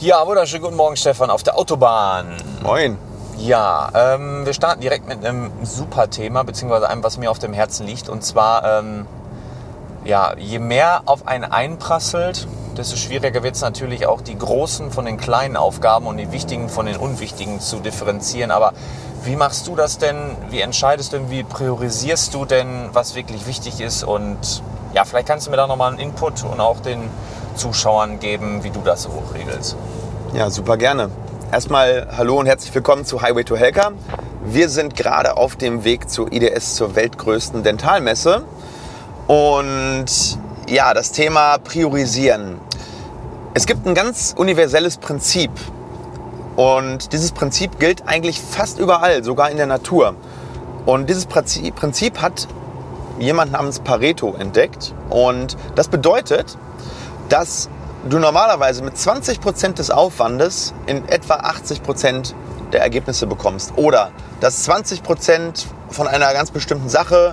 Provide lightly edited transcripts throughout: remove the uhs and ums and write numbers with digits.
Ja, wunderschönen guten Morgen, Stefan, auf der Autobahn. Moin. Ja, wir starten direkt mit einem super Thema, beziehungsweise einem, was mir auf dem Herzen liegt. Und zwar, je mehr auf einen einprasselt, desto schwieriger wird es natürlich auch, die großen von den kleinen Aufgaben und die wichtigen von den unwichtigen zu differenzieren. Aber wie machst du das denn? Wie entscheidest du denn? Wie priorisierst du denn, was wirklich wichtig ist? Und ja, vielleicht kannst du mir da nochmal einen Input und auch den Zuschauern geben, wie du das so regelst. Ja, super gerne. Erstmal hallo und herzlich willkommen zu Highway to Helka. Wir sind gerade auf dem Weg zur IDS, zur weltgrößten Dentalmesse. Und ja, das Thema Priorisieren. Es gibt ein ganz universelles Prinzip. Und dieses Prinzip gilt eigentlich fast überall, sogar in der Natur. Und dieses Prinzip hat jemand namens Pareto entdeckt. Und das bedeutet, dass du normalerweise mit 20% des Aufwandes in etwa 80% der Ergebnisse bekommst. Oder dass 20% von einer ganz bestimmten Sache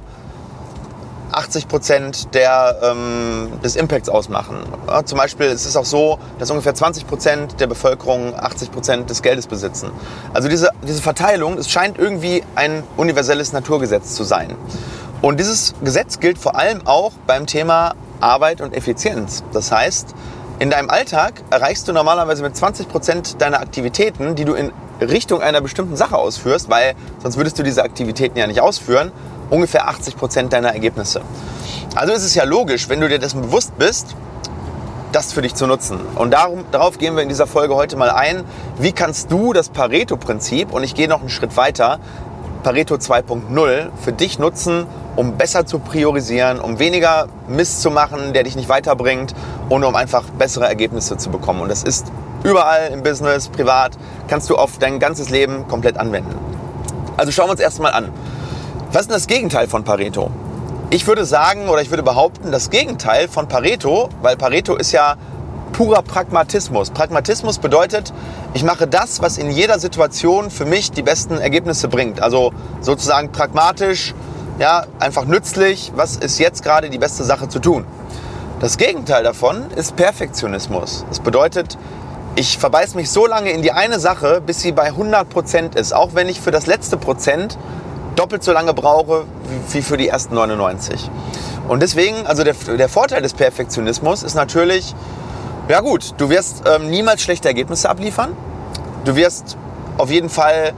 80% des Impacts ausmachen. Ja, zum Beispiel ist es auch so, dass ungefähr 20% der Bevölkerung 80% des Geldes besitzen. Also diese Verteilung, es scheint irgendwie ein universelles Naturgesetz zu sein. Und dieses Gesetz gilt vor allem auch beim Thema Arbeit und Effizienz. Das heißt, in deinem Alltag erreichst du normalerweise mit 20% deiner Aktivitäten, die du in Richtung einer bestimmten Sache ausführst, weil sonst würdest du diese Aktivitäten ja nicht ausführen, ungefähr 80% deiner Ergebnisse. Also ist es ja logisch, wenn du dir dessen bewusst bist, das für dich zu nutzen. Und darauf gehen wir in dieser Folge heute mal ein. Wie kannst du das Pareto-Prinzip, und ich gehe noch einen Schritt weiter, Pareto 2.0 für dich nutzen, um besser zu priorisieren, um weniger Mist zu machen, der dich nicht weiterbringt und um einfach bessere Ergebnisse zu bekommen. Und das ist überall im Business, privat, kannst du auf dein ganzes Leben komplett anwenden. Also schauen wir uns erst mal an. Was ist denn das Gegenteil von Pareto? Ich würde sagen, oder ich würde behaupten, das Gegenteil von Pareto, weil Pareto ist ja purer Pragmatismus. Pragmatismus bedeutet, ich mache das, was in jeder Situation für mich die besten Ergebnisse bringt. Also sozusagen pragmatisch, ja, einfach nützlich, was ist jetzt gerade die beste Sache zu tun. Das Gegenteil davon ist Perfektionismus. Das bedeutet, ich verbeiße mich so lange in die eine Sache, bis sie bei 100% ist. Auch wenn ich für das letzte Prozent doppelt so lange brauche wie für die ersten 99. Und deswegen, also der Vorteil des Perfektionismus ist natürlich, ja gut, du wirst niemals schlechte Ergebnisse abliefern. Du wirst auf jeden Fall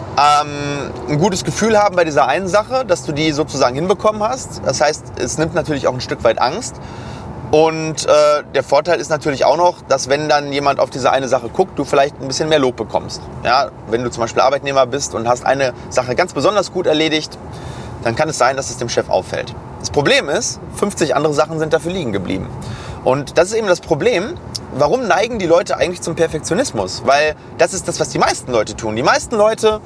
ein gutes Gefühl haben bei dieser einen Sache, dass du die sozusagen hinbekommen hast. Das heißt, es nimmt natürlich auch ein Stück weit Angst. Und der Vorteil ist natürlich auch noch, dass wenn dann jemand auf diese eine Sache guckt, du vielleicht ein bisschen mehr Lob bekommst. Ja, wenn du zum Beispiel Arbeitnehmer bist und hast eine Sache ganz besonders gut erledigt, dann kann es sein, dass es dem Chef auffällt. Das Problem ist, 50 andere Sachen sind dafür liegen geblieben. Und das ist eben das Problem, warum neigen die Leute eigentlich zum Perfektionismus? Weil das ist das, was die meisten Leute tun. Die meisten Leute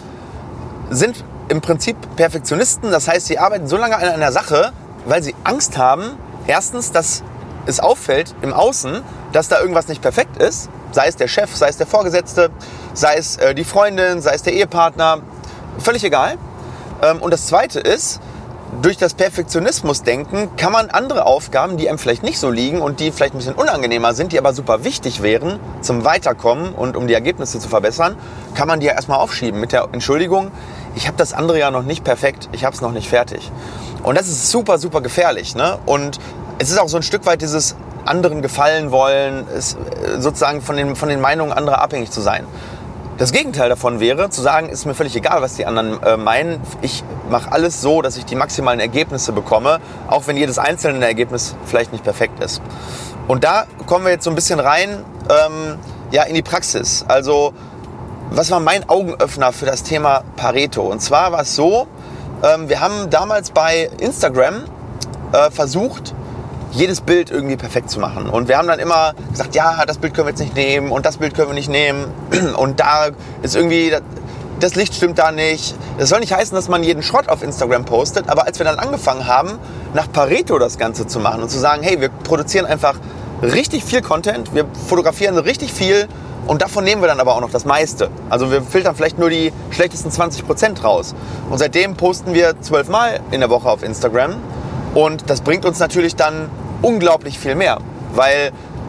sind im Prinzip Perfektionisten. Das heißt, sie arbeiten so lange an einer Sache, weil sie Angst haben, erstens, dass es auffällt im Außen, dass da irgendwas nicht perfekt ist. Sei es der Chef, sei es der Vorgesetzte, sei es die Freundin, sei es der Ehepartner. Völlig egal. Und das Zweite ist, durch das Perfektionismus-Denken kann man andere Aufgaben, die einem vielleicht nicht so liegen und die vielleicht ein bisschen unangenehmer sind, die aber super wichtig wären zum Weiterkommen und um die Ergebnisse zu verbessern, kann man die ja erstmal aufschieben mit der Entschuldigung, ich habe das andere ja noch nicht perfekt, ich habe es noch nicht fertig. Und das ist super, super gefährlich, ne? Und es ist auch so ein Stück weit dieses anderen gefallen wollen, sozusagen von den Meinungen anderer abhängig zu sein. Das Gegenteil davon wäre, zu sagen, ist mir völlig egal, was die anderen meinen. Ich mache alles so, dass ich die maximalen Ergebnisse bekomme, auch wenn jedes einzelne Ergebnis vielleicht nicht perfekt ist. Und da kommen wir jetzt so ein bisschen rein in die Praxis. Also, was war mein Augenöffner für das Thema Pareto? Und zwar war es so, wir haben damals bei Instagram versucht, jedes Bild irgendwie perfekt zu machen. Und wir haben dann immer gesagt, ja, das Bild können wir jetzt nicht nehmen und das Bild können wir nicht nehmen. Und da ist irgendwie, das Licht stimmt da nicht. Das soll nicht heißen, dass man jeden Schrott auf Instagram postet. Aber als wir dann angefangen haben, nach Pareto das Ganze zu machen und zu sagen, hey, wir produzieren einfach richtig viel Content, wir fotografieren richtig viel und davon nehmen wir dann aber auch noch das meiste. Also wir filtern vielleicht nur die schlechtesten 20% raus. Und seitdem posten wir 12 Mal in der Woche auf Instagram. Und das bringt uns natürlich dann unglaublich viel mehr, weil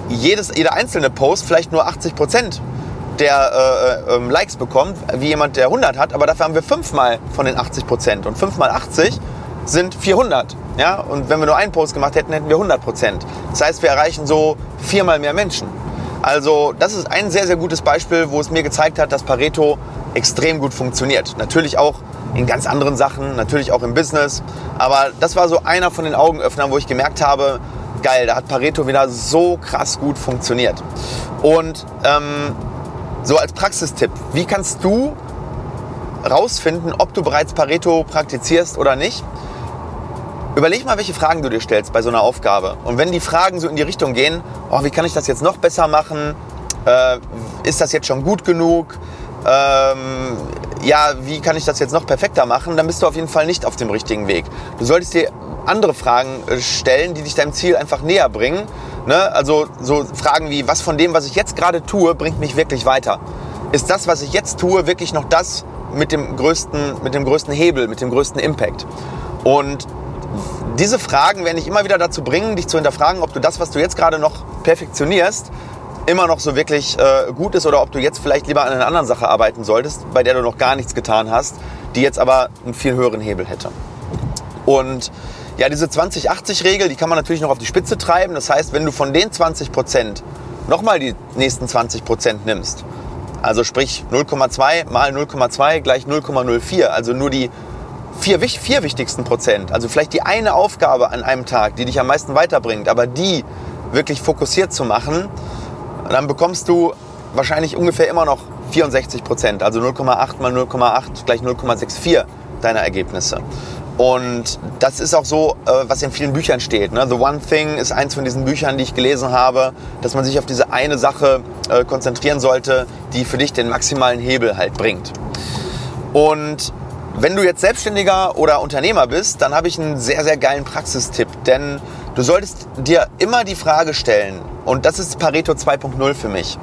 jeder einzelne Post vielleicht nur 80% der Likes bekommt, wie jemand, der 100 hat, aber dafür haben wir 5-mal von den 80% und 5 mal 80 sind 400. Ja? Und wenn wir nur einen Post gemacht hätten, hätten wir 100%. Das heißt, wir erreichen so 4-mal mehr Menschen. Also das ist ein sehr, sehr gutes Beispiel, wo es mir gezeigt hat, dass Pareto extrem gut funktioniert. Natürlich auch in ganz anderen Sachen, natürlich auch im Business. Aber das war so einer von den Augenöffnern, wo ich gemerkt habe, geil, da hat Pareto wieder so krass gut funktioniert. Und so als Praxistipp, wie kannst du rausfinden, ob du bereits Pareto praktizierst oder nicht? Überleg mal, welche Fragen du dir stellst bei so einer Aufgabe. Und wenn die Fragen so in die Richtung gehen, wie kann ich das jetzt noch besser machen? Ist das jetzt schon gut genug? Wie kann ich das jetzt noch perfekter machen? Dann bist du auf jeden Fall nicht auf dem richtigen Weg. Du solltest dir andere Fragen stellen, die dich deinem Ziel einfach näher bringen. Ne? Also so Fragen wie, was von dem, was ich jetzt gerade tue, bringt mich wirklich weiter? Ist das, was ich jetzt tue, wirklich noch das mit dem größten Hebel, mit dem größten Impact? Und diese Fragen werden dich immer wieder dazu bringen, dich zu hinterfragen, ob du das, was du jetzt gerade noch perfektionierst, immer noch so wirklich gut ist oder ob du jetzt vielleicht lieber an einer anderen Sache arbeiten solltest, bei der du noch gar nichts getan hast, die jetzt aber einen viel höheren Hebel hätte. Und ja, diese 20-80-Regel, die kann man natürlich noch auf die Spitze treiben. Das heißt, wenn du von den 20% nochmal die nächsten 20% nimmst, also sprich 0,2 mal 0,2 gleich 0,04, also nur die vier wichtigsten Prozent, also vielleicht die eine Aufgabe an einem Tag, die dich am meisten weiterbringt, aber die wirklich fokussiert zu machen, dann bekommst du wahrscheinlich ungefähr immer noch 64%, also 0,8 mal 0,8 gleich 0,64 deiner Ergebnisse. Und das ist auch so, was in vielen Büchern steht. Ne? The One Thing ist eins von diesen Büchern, die ich gelesen habe, dass man sich auf diese eine Sache konzentrieren sollte, die für dich den maximalen Hebel halt bringt. Und wenn du jetzt Selbstständiger oder Unternehmer bist, dann habe ich einen sehr, sehr geilen Praxistipp. Denn du solltest dir immer die Frage stellen, und das ist Pareto 2.0 für mich,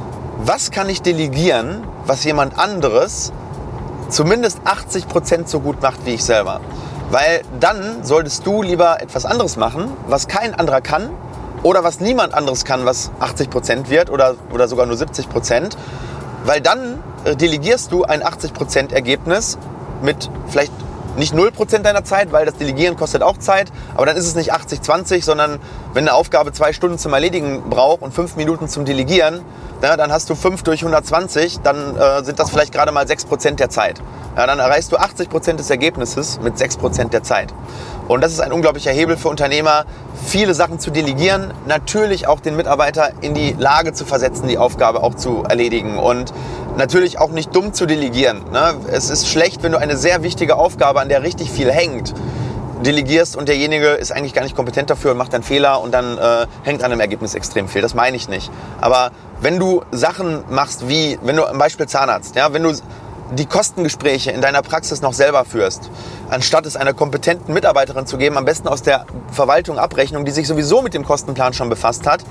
was kann ich delegieren, was jemand anderes zumindest 80% so gut macht wie ich selber? Weil dann solltest du lieber etwas anderes machen, was kein anderer kann oder was niemand anderes kann, was 80% wird oder sogar nur 70%. Weil dann delegierst du ein 80% Ergebnis mit vielleicht nicht 0% deiner Zeit, weil das Delegieren kostet auch Zeit, aber dann ist es nicht 80-20, sondern wenn eine Aufgabe 2 Stunden zum Erledigen braucht und 5 Minuten zum Delegieren, ja, dann hast du 5 durch 120, dann sind das vielleicht gerade mal 6% der Zeit. Ja, dann erreichst du 80% des Ergebnisses mit 6% der Zeit. Und das ist ein unglaublicher Hebel für Unternehmer, viele Sachen zu delegieren, natürlich auch den Mitarbeiter in die Lage zu versetzen, die Aufgabe auch zu erledigen und natürlich auch nicht dumm zu delegieren. Ne? Es ist schlecht, wenn du eine sehr wichtige Aufgabe, an der richtig viel hängt, delegierst und derjenige ist eigentlich gar nicht kompetent dafür und macht einen Fehler und dann hängt an dem Ergebnis extrem viel. Das meine ich nicht. Aber wenn du Sachen machst wie, wenn du am Beispiel Zahnarzt, ja, wenn du die Kostengespräche in deiner Praxis noch selber führst, anstatt es einer kompetenten Mitarbeiterin zu geben, am besten aus der Verwaltung Abrechnung, die sich sowieso mit dem Kostenplan schon befasst hat,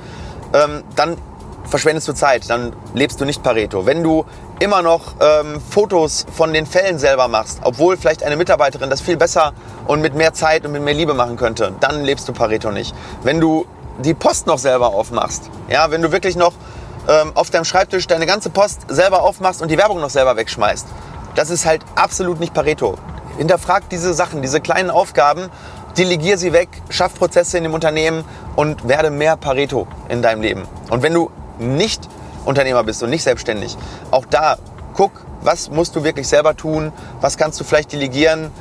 dann verschwendest du Zeit, dann lebst du nicht Pareto. Wenn du immer noch Fotos von den Fällen selber machst, obwohl vielleicht eine Mitarbeiterin das viel besser und mit mehr Zeit und mit mehr Liebe machen könnte, dann lebst du Pareto nicht. Wenn du die Post noch selber aufmachst, ja, wenn du wirklich noch auf deinem Schreibtisch deine ganze Post selber aufmachst und die Werbung noch selber wegschmeißt, das ist halt absolut nicht Pareto. Hinterfrag diese Sachen, diese kleinen Aufgaben, delegier sie weg, schaff Prozesse in dem Unternehmen und werde mehr Pareto in deinem Leben. Und wenn du nicht Unternehmer bist und nicht selbstständig, auch da guck, was musst du wirklich selber tun, was kannst du vielleicht delegieren,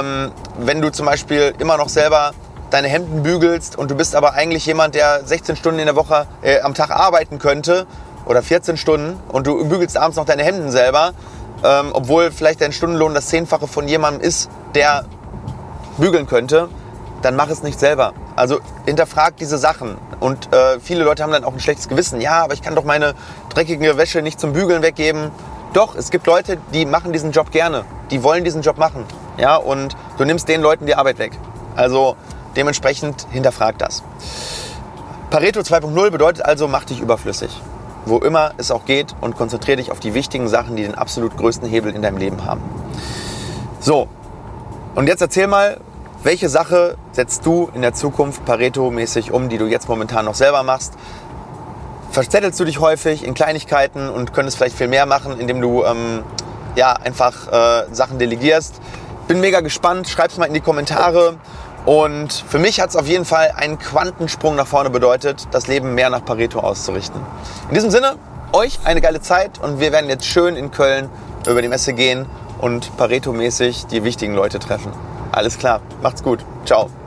wenn du zum Beispiel immer noch selber deine Hemden bügelst und du bist aber eigentlich jemand, der 16 Stunden in der Woche am Tag arbeiten könnte oder 14 Stunden und du bügelst abends noch deine Hemden selber, obwohl vielleicht dein Stundenlohn das 10-fache von jemandem ist, der bügeln könnte, dann mach es nicht selber. Also hinterfrag diese Sachen und viele Leute haben dann auch ein schlechtes Gewissen. Ja, aber ich kann doch meine dreckige Wäsche nicht zum Bügeln weggeben. Doch, es gibt Leute, die machen diesen Job gerne. Die wollen diesen Job machen. Ja, und du nimmst den Leuten die Arbeit weg. Also dementsprechend hinterfrag das. Pareto 2.0 bedeutet also, mach dich überflüssig. Wo immer es auch geht und konzentriere dich auf die wichtigen Sachen, die den absolut größten Hebel in deinem Leben haben. So, und jetzt erzähl mal, welche Sache setzt du in der Zukunft Pareto-mäßig um, die du jetzt momentan noch selber machst? verzettelst du dich häufig in Kleinigkeiten und könntest vielleicht viel mehr machen, indem du einfach Sachen delegierst. Bin mega gespannt, schreib's mal in die Kommentare. Und für mich hat es auf jeden Fall einen Quantensprung nach vorne bedeutet, das Leben mehr nach Pareto auszurichten. In diesem Sinne, euch eine geile Zeit und wir werden jetzt schön in Köln über die Messe gehen und Pareto-mäßig die wichtigen Leute treffen. Alles klar, macht's gut. Ciao.